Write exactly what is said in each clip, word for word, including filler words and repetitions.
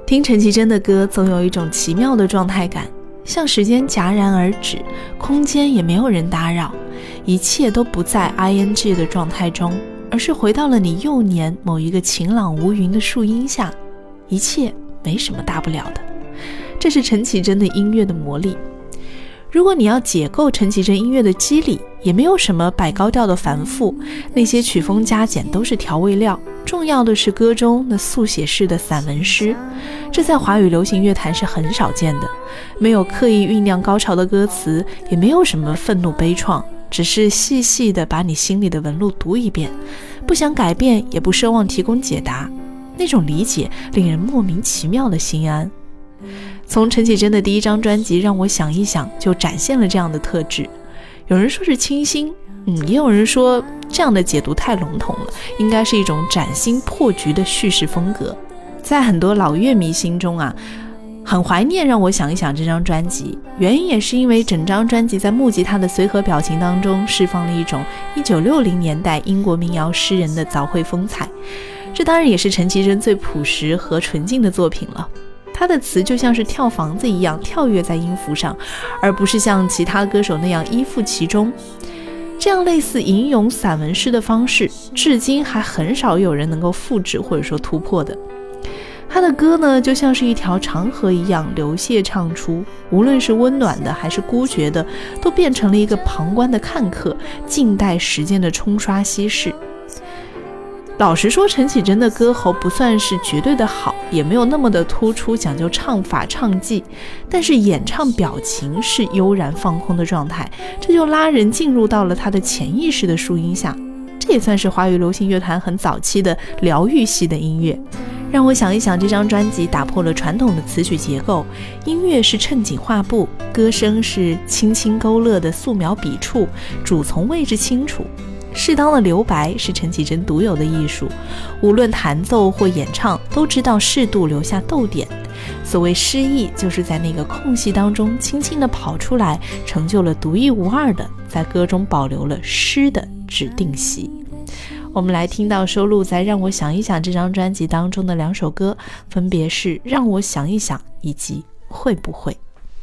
听陈绮贞的歌总有一种奇妙的状态感，像时间戛然而止，空间也没有人打扰，一切都不在 I N G 的状态中，而是回到了你幼年某一个晴朗无云的树荫下，一切没什么大不了的。这是陈绮贞的音乐的魔力。如果你要解构陈绮贞音乐的机理，也没有什么摆高调的繁复，那些曲风加减都是调味料，重要的是歌中那速写式的散文诗，这在华语流行乐坛是很少见的。没有刻意酝酿高潮的歌词，也没有什么愤怒悲怆，只是细细地把你心里的纹路读一遍，不想改变，也不奢望提供解答，那种理解令人莫名其妙的心安。从陈绮贞的第一张专辑《让我想一想》就展现了这样的特质。有人说是清新，嗯，也有人说这样的解读太笼统了，应该是一种崭新破局的叙事风格。在很多老乐迷心中啊，很怀念《让我想一想》这张专辑，原因也是因为整张专辑在木吉他的随和表情当中释放了一种一九六零年代英国民谣诗人的早会风采。这当然也是陈绮贞最朴实和纯净的作品了。他的词就像是跳房子一样跳跃在音符上，而不是像其他歌手那样依附其中。这样类似吟咏散文诗的方式，至今还很少有人能够复制或者说突破的。他的歌呢，就像是一条长河一样流泻唱出，无论是温暖的还是孤绝的，都变成了一个旁观的看客，静待时间的冲刷稀释。老实说，陈绮贞的歌喉不算是绝对的好，也没有那么的突出，讲究唱法唱技，但是演唱表情是悠然放空的状态，这就拉人进入到了他的潜意识的树荫下。这也算是华语流行乐坛很早期的疗愈系的音乐。让我想一想，这张专辑打破了传统的词曲结构，音乐是衬景画布，歌声是轻轻勾勒的素描笔触，主从位置清楚，适当的留白是陈绮贞独有的艺术，无论弹奏或演唱都知道适度留下逗点。所谓诗意，就是在那个空隙当中轻轻地跑出来，成就了独一无二的在歌中保留了诗的指定席。我们来听到收录在《让我想一想》这张专辑当中的两首歌，分别是《让我想一想》以及《会不会》。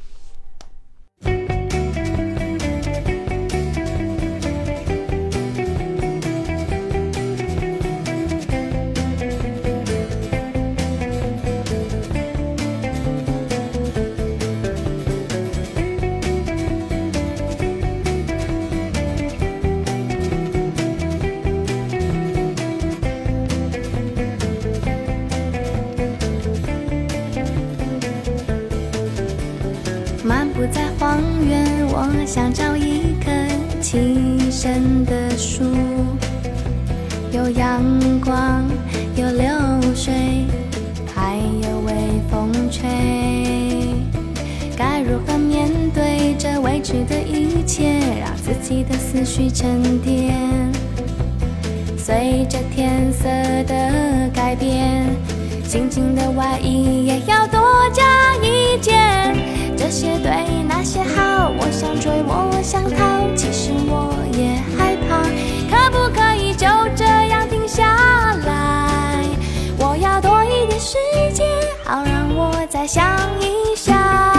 漫步在荒原，我想找一棵栖身的树，有阳光，有流水，还有微风吹。该如何面对这未知的一切，让自己的思绪沉淀，随着天色的改变，心情的外衣也要多加一件。这些对那些好，我想追我想逃，其实我也害怕，可不可以就这样停下来？我要多一点时间，好让我再想一想。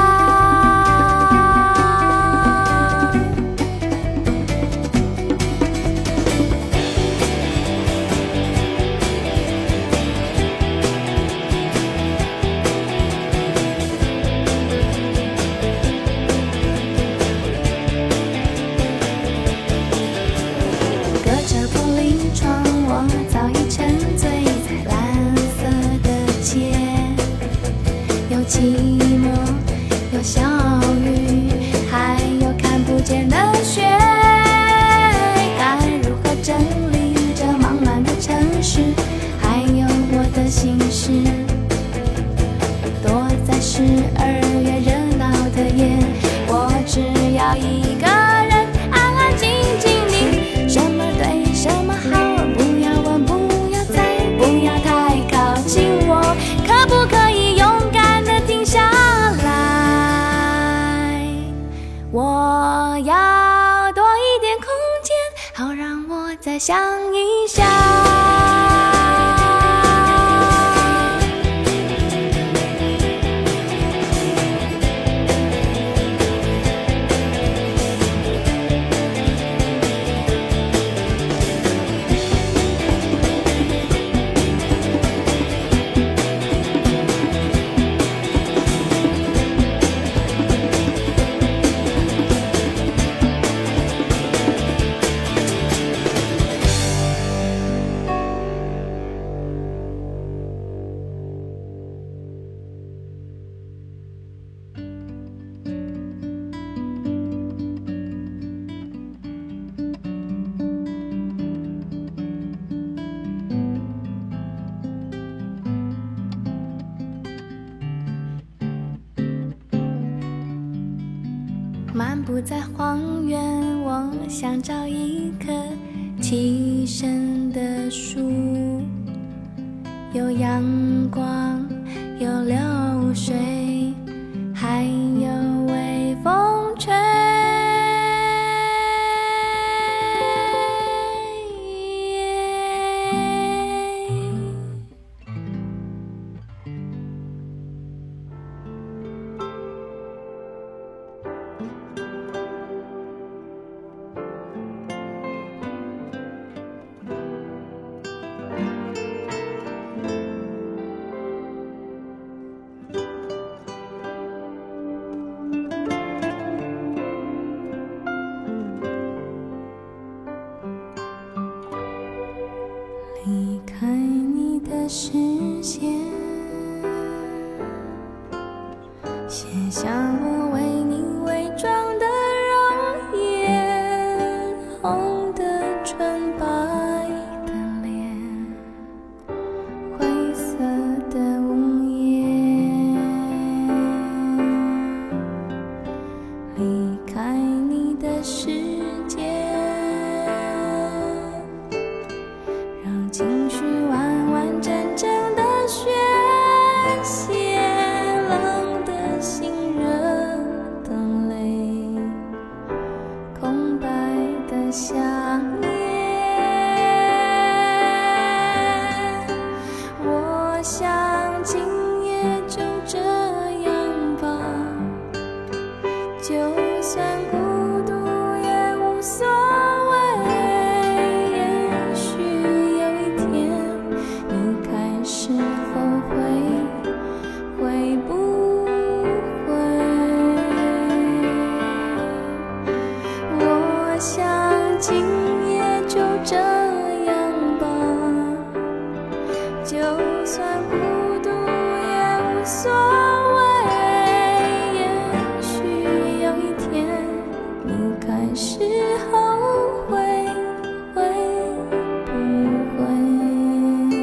寂寞，有小雨，还有看不见的雪。该如何整理这忙乱的城市，还有我的心事？躲在十二月热闹的夜，我只要一个人安安静静的，什么对什么好，不要问，不要猜，不要太靠近我，可不可以勇敢的停下来？我要多一点空间，好让我再想一想。 漫步在荒原，我想找一棵栖身的树，有阳光，有流水，还有微风吹。离开你的视线，写下我为你伪装的容颜，红的唇，白的脸，灰色的屋檐。离开你的世界，情绪完完整整的宣泄，冷的心，热的泪，空白的想念。我想今夜就这样吧，就算孤独也无所谓。今夜就这样吧，就算孤独也无所谓。也许有一天你开始后悔，会不会？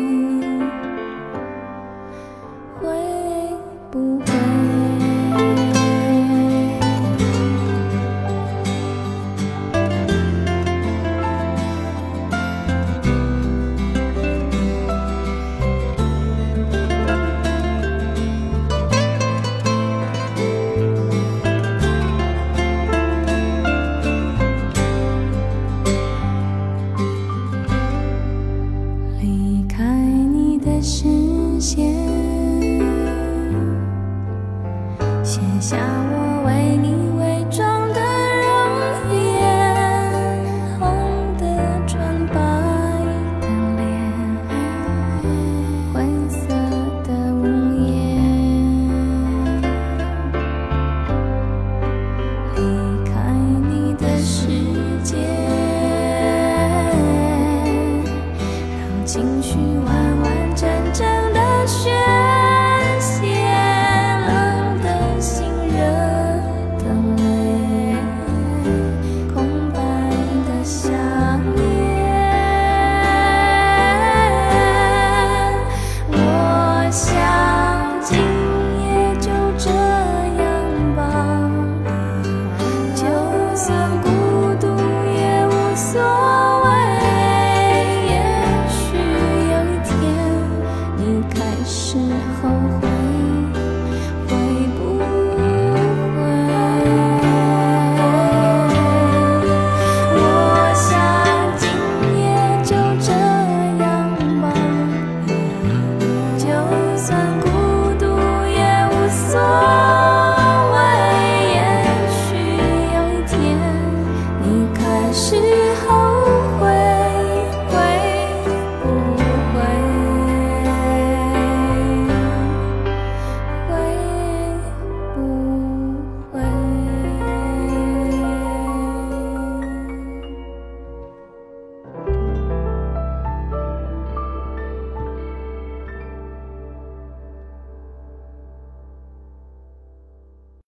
会不会？视线，写下我为你伪装的容颜，红的唇，白的脸，灰色的屋檐。离开你的世界，让情绪完完整整的宣泄，冷的心，热的泪，空白的想念。我想今夜就这样吧，就算孤独也无所谓。是后悔，会不会？我想今夜就这样吧，就算孤独也无所谓。也许有一天你开始后悔。